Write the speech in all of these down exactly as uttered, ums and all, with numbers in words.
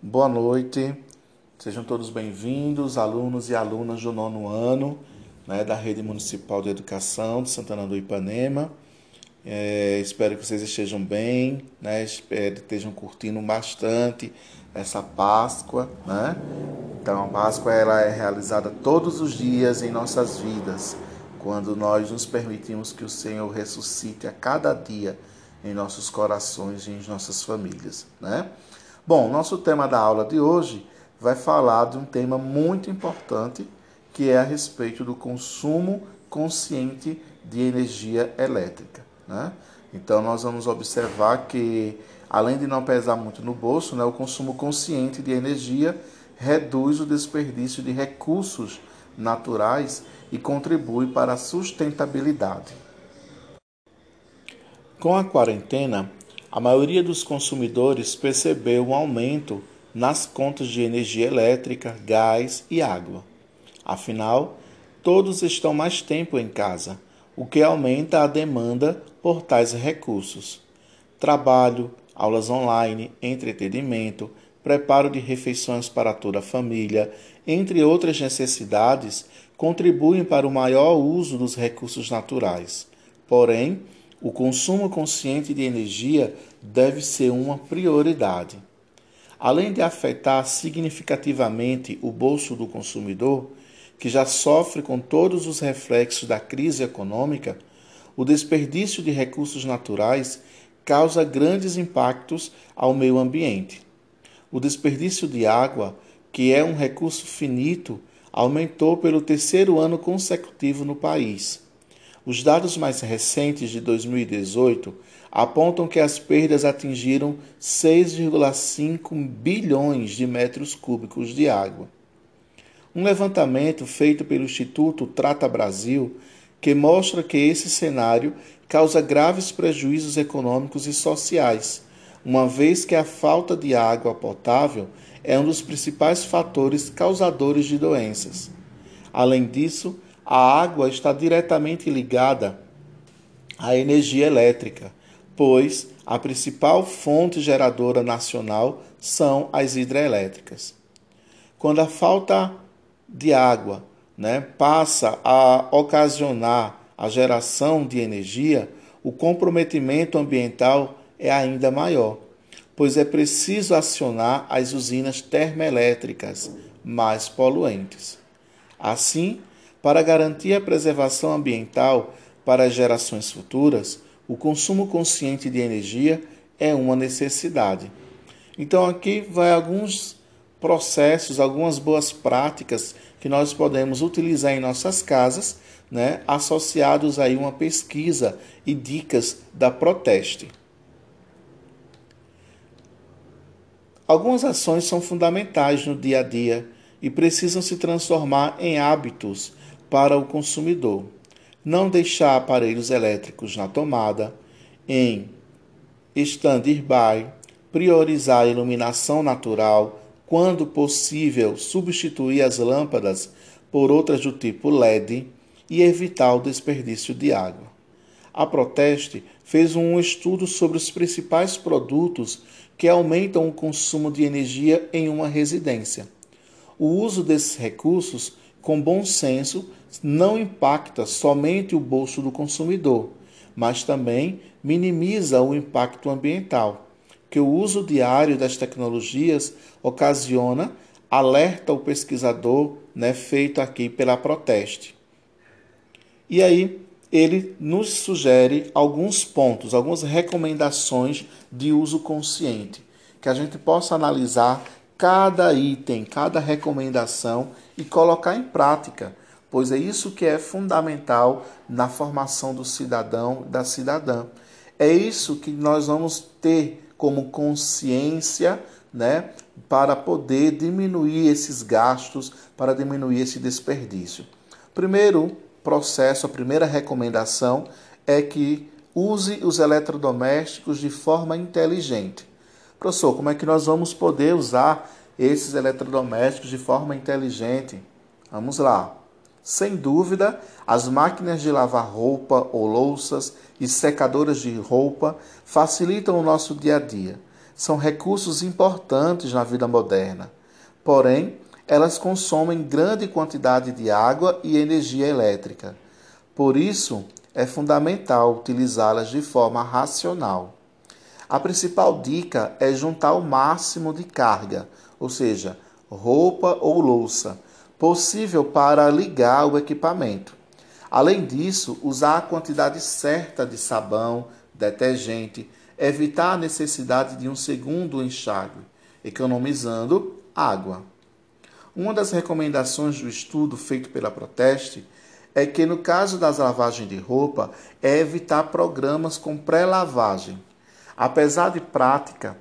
Boa noite, sejam todos bem-vindos, alunos e alunas do nono ano, né, da Rede Municipal de Educação de Santana do Ipanema. É, espero que vocês estejam bem, né, espero que estejam curtindo bastante essa Páscoa, né? Então, a Páscoa ela é realizada todos os dias em nossas vidas, quando nós nos permitimos que o Senhor ressuscite a cada dia em nossos corações e em nossas famílias, né? Bom, nosso tema da aula de hoje vai falar de um tema muito importante, que é a respeito do consumo consciente de energia elétrica, né? Então, nós vamos observar que, além de não pesar muito no bolso, né, o consumo consciente de energia reduz o desperdício de recursos naturais e contribui para a sustentabilidade. Com a quarentena, a maioria dos consumidores percebeu um aumento nas contas de energia elétrica, gás e água. Afinal, todos estão mais tempo em casa, o que aumenta a demanda por tais recursos. Trabalho, aulas online, entretenimento, preparo de refeições para toda a família, entre outras necessidades, contribuem para o maior uso dos recursos naturais. Porém, o consumo consciente de energia deve ser uma prioridade. Além de afetar significativamente o bolso do consumidor, que já sofre com todos os reflexos da crise econômica, o desperdício de recursos naturais causa grandes impactos ao meio ambiente. O desperdício de água, que é um recurso finito, aumentou pelo terceiro ano consecutivo no país. Os dados mais recentes de dois mil e dezoito apontam que as perdas atingiram seis vírgula cinco bilhões de metros cúbicos de água. Um levantamento feito pelo Instituto Trata Brasil que mostra que esse cenário causa graves prejuízos econômicos e sociais, uma vez que a falta de água potável é um dos principais fatores causadores de doenças. Além disso, a água está diretamente ligada à energia elétrica, pois a principal fonte geradora nacional são as hidrelétricas. Quando a falta de água, né, passa a ocasionar a geração de energia, o comprometimento ambiental é ainda maior, pois é preciso acionar as usinas termoelétricas mais poluentes. Assim, para garantir a preservação ambiental para as gerações futuras, o consumo consciente de energia é uma necessidade. Então, aqui vai alguns processos, algumas boas práticas que nós podemos utilizar em nossas casas, né, associados a uma pesquisa e dicas da Proteste. Algumas ações são fundamentais no dia a dia e precisam se transformar em hábitos para o consumidor. Não deixar aparelhos elétricos na tomada, em stand-by, priorizar a iluminação natural, quando possível substituir as lâmpadas por outras do tipo L E D e evitar o desperdício de água. A Proteste fez um estudo sobre os principais produtos que aumentam o consumo de energia em uma residência. O uso desses recursos, com bom senso, não impacta somente o bolso do consumidor, mas também minimiza o impacto ambiental, que o uso diário das tecnologias ocasiona, alerta o pesquisador, né, feito aqui pela Proteste. E aí, ele nos sugere alguns pontos, algumas recomendações de uso consciente, que a gente possa analisar cada item, cada recomendação e colocar em prática, pois é isso que é fundamental na formação do cidadão, da cidadã. É isso que nós vamos ter como consciência, né, para poder diminuir esses gastos, para diminuir esse desperdício. Primeiro processo, a primeira recomendação é que use os eletrodomésticos de forma inteligente. Professor, como é que nós vamos poder usar esses eletrodomésticos de forma inteligente? Vamos lá. Sem dúvida, as máquinas de lavar roupa ou louças e secadoras de roupa facilitam o nosso dia a dia, são recursos importantes na vida moderna. Porém, elas consomem grande quantidade de água e energia elétrica. Por isso, é fundamental utilizá-las de forma racional. A principal dica é juntar o máximo de carga, ou seja, roupa ou louça, possível para ligar o equipamento. Além disso, usar a quantidade certa de sabão, detergente, evitar a necessidade de um segundo enxágue, economizando água. Uma das recomendações do estudo feito pela Proteste é que, no caso das lavagens de roupa, é evitar programas com pré-lavagem. Apesar de prática,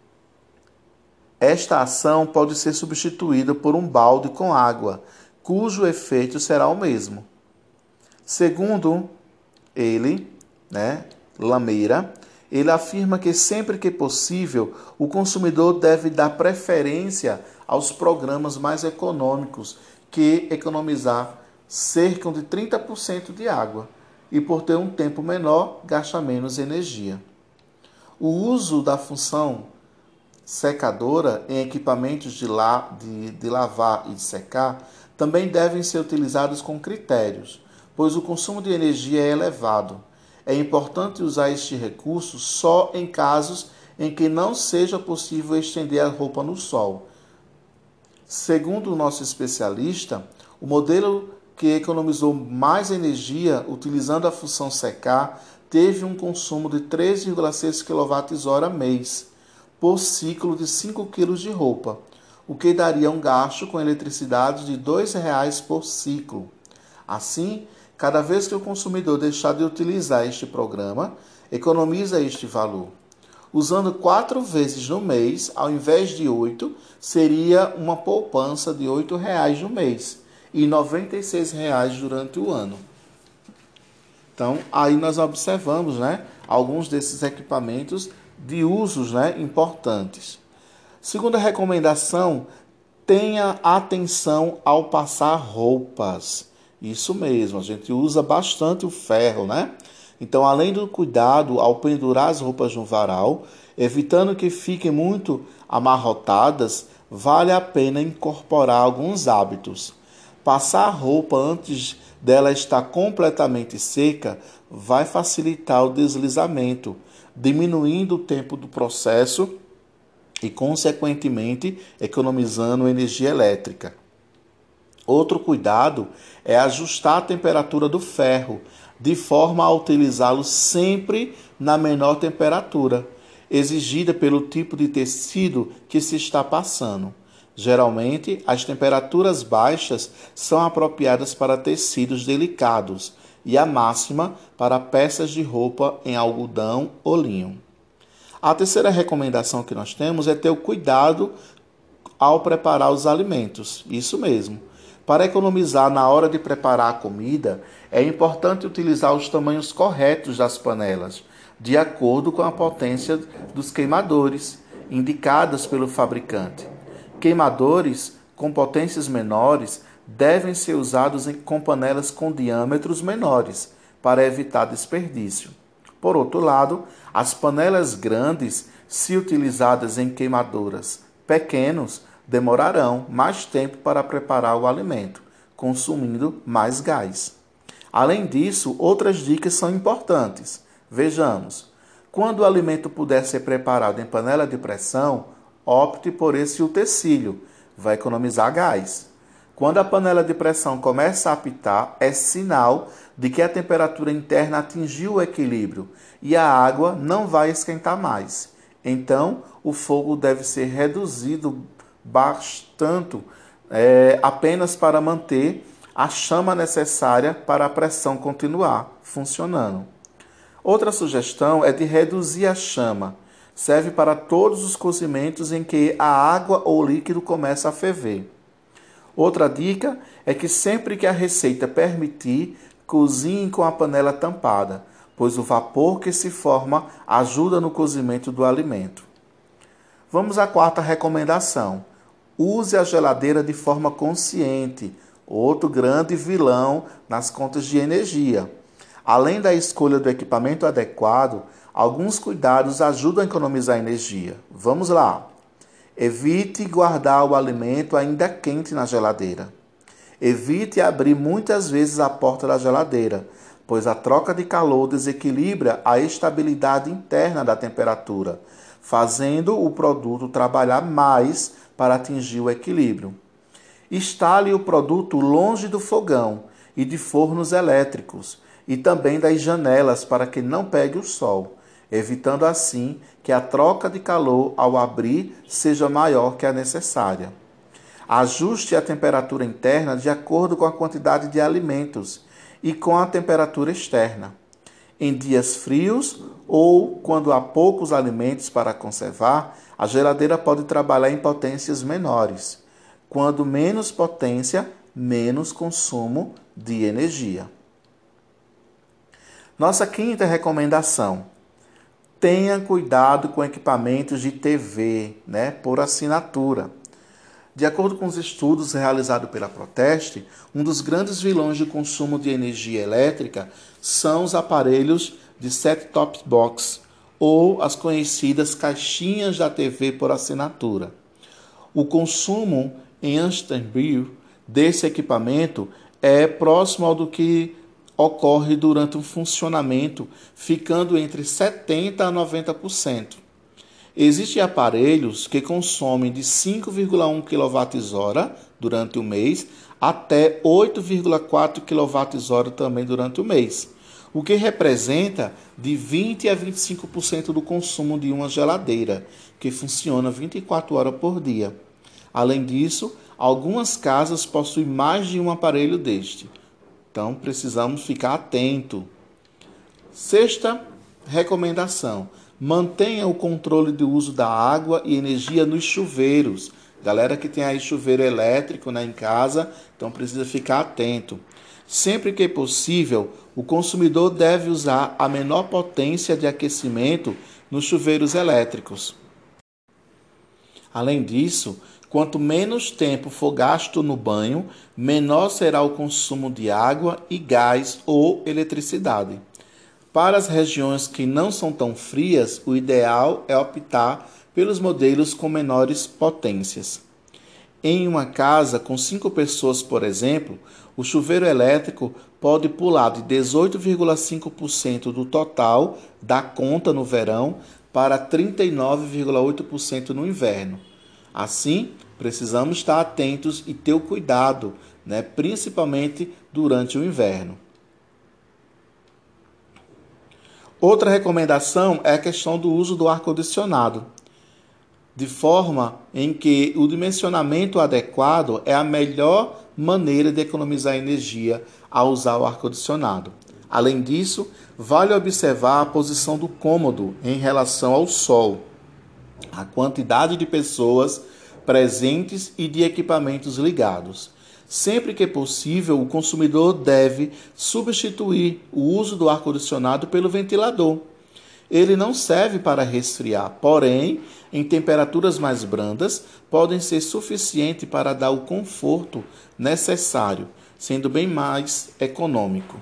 esta ação pode ser substituída por um balde com água, cujo efeito será o mesmo. Segundo ele, né, Lameira, ele afirma que sempre que possível, o consumidor deve dar preferência aos programas mais econômicos, que economizar cerca de trinta por cento de água e, por ter um tempo menor, gasta menos energia. O uso da função secadora em equipamentos de, la, de, de lavar e de secar também devem ser utilizados com critérios, pois o consumo de energia é elevado. É importante usar este recurso só em casos em que não seja possível estender a roupa no sol. Segundo o nosso especialista, o modelo que economizou mais energia utilizando a função secar teve um consumo de três vírgula seis quilowatt-hora mês por ciclo de cinco quilos de roupa, o que daria um gasto com eletricidade de dois reais por ciclo. Assim, cada vez que o consumidor deixar de utilizar este programa, economiza este valor. Usando quatro vezes no mês, ao invés de oito, seria uma poupança de oito reais no mês e noventa e seis reais durante o ano. Então, aí nós observamos, né, alguns desses equipamentos de usos, né, importantes. Segunda recomendação, tenha atenção ao passar roupas. Isso mesmo, a gente usa bastante o ferro, né? Então, além do cuidado ao pendurar as roupas no varal, evitando que fiquem muito amarrotadas, vale a pena incorporar alguns hábitos. Passar a roupa antes dela estar completamente seca vai facilitar o deslizamento, diminuindo o tempo do processo e, consequentemente, economizando energia elétrica. Outro cuidado é ajustar a temperatura do ferro, de forma a utilizá-lo sempre na menor temperatura, exigida pelo tipo de tecido que se está passando. Geralmente, as temperaturas baixas são apropriadas para tecidos delicados e a máxima para peças de roupa em algodão ou linho. A terceira recomendação que nós temos é ter o cuidado ao preparar os alimentos. Isso mesmo. Para economizar na hora de preparar a comida, é importante utilizar os tamanhos corretos das panelas, de acordo com a potência dos queimadores, indicadas pelo fabricante. Queimadores com potências menores devem ser usados em, com panelas com diâmetros menores, para evitar desperdício. Por outro lado, as panelas grandes, se utilizadas em queimadoras pequenos, demorarão mais tempo para preparar o alimento, consumindo mais gás. Além disso, outras dicas são importantes. Vejamos. Quando o alimento puder ser preparado em panela de pressão, opte por esse utensílio, vai economizar gás. Quando a panela de pressão começa a apitar, é sinal de que a temperatura interna atingiu o equilíbrio e a água não vai esquentar mais. Então, o fogo deve ser reduzido bastante, é, apenas para manter a chama necessária para a pressão continuar funcionando. Outra sugestão é de reduzir a chama. Serve para todos os cozimentos em que a água ou líquido começa a ferver. Outra dica é que sempre que a receita permitir, cozinhe com a panela tampada, pois o vapor que se forma ajuda no cozimento do alimento. Vamos à quarta recomendação. Use a geladeira de forma consciente, outro grande vilão nas contas de energia. Além da escolha do equipamento adequado, Alguns cuidados ajudam a economizar energia. Vamos lá. Evite guardar o alimento ainda quente na geladeira. Evite abrir muitas vezes a porta da geladeira, pois a troca de calor desequilibra a estabilidade interna da temperatura, fazendo o produto trabalhar mais para atingir o equilíbrio. Instale o produto longe do fogão e de fornos elétricos e também das janelas para que não pegue o sol, evitando assim que a troca de calor ao abrir seja maior que a necessária. Ajuste a temperatura interna de acordo com a quantidade de alimentos e com a temperatura externa. Em dias frios ou quando há poucos alimentos para conservar, a geladeira pode trabalhar em potências menores. Quando menos potência, menos consumo de energia. Nossa quinta recomendação: tenha cuidado com equipamentos de T V, né, por assinatura. De acordo com os estudos realizados pela Proteste, um dos grandes vilões de consumo de energia elétrica são os aparelhos de set-top box, ou as conhecidas caixinhas da T V por assinatura. O consumo em Amsterdã desse equipamento é próximo ao do que ocorre durante o funcionamento, ficando entre setenta por cento a noventa por cento. Existem aparelhos que consomem de cinco vírgula um quilowatt-hora durante o mês até oito vírgula quatro quilowatt-hora também durante o mês, o que representa de vinte a vinte e cinco por cento do consumo de uma geladeira, que funciona vinte e quatro horas por dia. Além disso, algumas casas possuem mais de um aparelho deste. Então, precisamos ficar atento. Sexta recomendação: mantenha o controle do uso da água e energia nos chuveiros. Galera que tem aí chuveiro elétrico, né, em casa, então precisa ficar atento. Sempre que possível, o consumidor deve usar a menor potência de aquecimento nos chuveiros elétricos. Além disso, quanto menos tempo for gasto no banho, menor será o consumo de água e gás ou eletricidade. Para as regiões que não são tão frias, o ideal é optar pelos modelos com menores potências. Em uma casa com cinco pessoas, por exemplo, o chuveiro elétrico pode pular de dezoito vírgula cinco por cento do total da conta no verão para trinta e nove vírgula oito por cento no inverno. Assim, precisamos estar atentos e ter o cuidado, né, principalmente durante o inverno. Outra recomendação é a questão do uso do ar-condicionado, de forma em que o dimensionamento adequado é a melhor maneira de economizar energia ao usar o ar-condicionado. Além disso, vale observar a posição do cômodo em relação ao sol, a quantidade de pessoas presentes e de equipamentos ligados. Sempre que possível, o consumidor deve substituir o uso do ar-condicionado pelo ventilador. Ele não serve para resfriar, porém, em temperaturas mais brandas, podem ser suficientes para dar o conforto necessário, sendo bem mais econômico.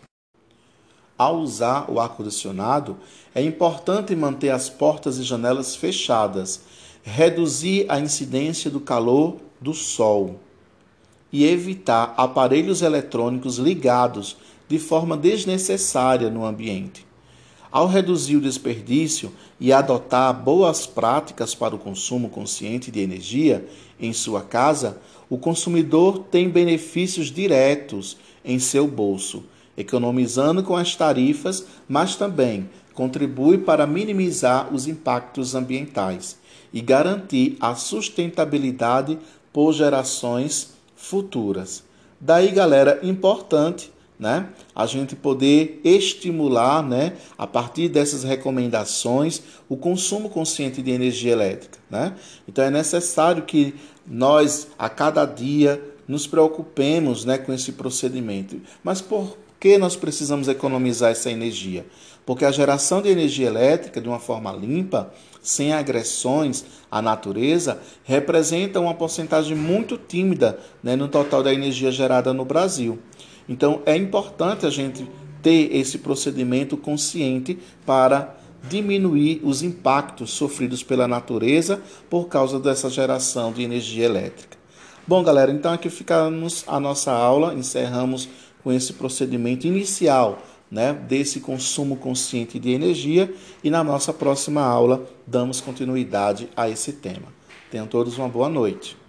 Ao usar o ar-condicionado, é importante manter as portas e janelas fechadas, reduzir a incidência do calor do sol e evitar aparelhos eletrônicos ligados de forma desnecessária no ambiente. Ao reduzir o desperdício e adotar boas práticas para o consumo consciente de energia em sua casa, o consumidor tem benefícios diretos em seu bolso, economizando com as tarifas, mas também contribui para minimizar os impactos ambientais e garantir a sustentabilidade por gerações futuras. Daí, galera, importante, né, a gente poder estimular, né, a partir dessas recomendações, o consumo consciente de energia elétrica, né? Então é necessário que nós, a cada dia, nos preocupemos, né, com esse procedimento. Mas por que nós precisamos economizar essa energia? Porque a geração de energia elétrica, de uma forma limpa, sem agressões à natureza, representa uma porcentagem muito tímida, né, no total da energia gerada no Brasil. Então, é importante a gente ter esse procedimento consciente para diminuir os impactos sofridos pela natureza por causa dessa geração de energia elétrica. Bom, galera, então aqui ficamos a nossa aula, encerramos com esse procedimento inicial, né, desse consumo consciente de energia, e na nossa próxima aula damos continuidade a esse tema. Tenham todos uma boa noite.